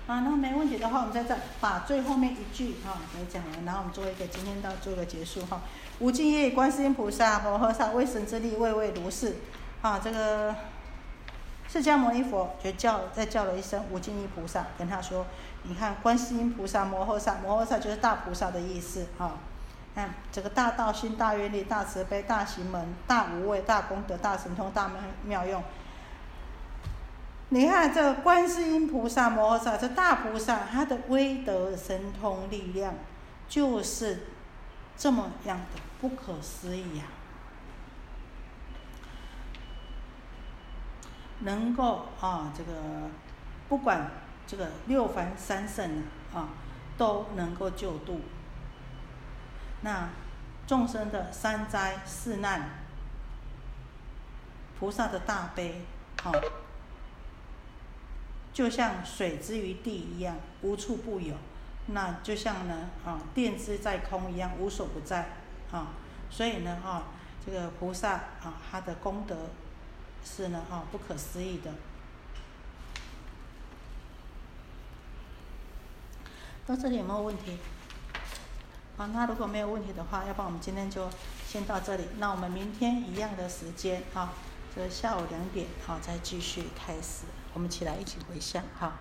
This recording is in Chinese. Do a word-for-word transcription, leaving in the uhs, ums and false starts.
啊，那没问题的话，我们再再把最后面一句哈给讲完，然后我们做一个今天到做一个结束哈。无尽业观世音菩萨摩诃萨威神之力，位位如是。啊，这个释迦牟尼佛就叫再叫了一声无尽意菩萨，跟他说，你看观世音菩萨摩诃萨，摩诃萨就是大菩萨的意思啊。看这个大道心、大愿力、大慈悲、大行门、大无畏、大功德、大神通、大妙用。你看这个观世音菩萨摩诃萨，这大菩萨，他的威德神通力量就是这么样的不可思议呀、啊！能够啊，这个不管这个六凡三圣啊，都能够救度。那众生的三灾四难，菩萨的大悲啊。就像水之于地一样，无处不有；那就像呢啊电之在空一样，无所不在啊。所以呢啊，这个菩萨啊，他的功德是呢啊不可思议的。到这里有没有问题？啊，那如果没有问题的话，要不然我们今天就先到这里。那我们明天一样的时间啊，这下午两点啊再继续开始。我们起来一起回向哈。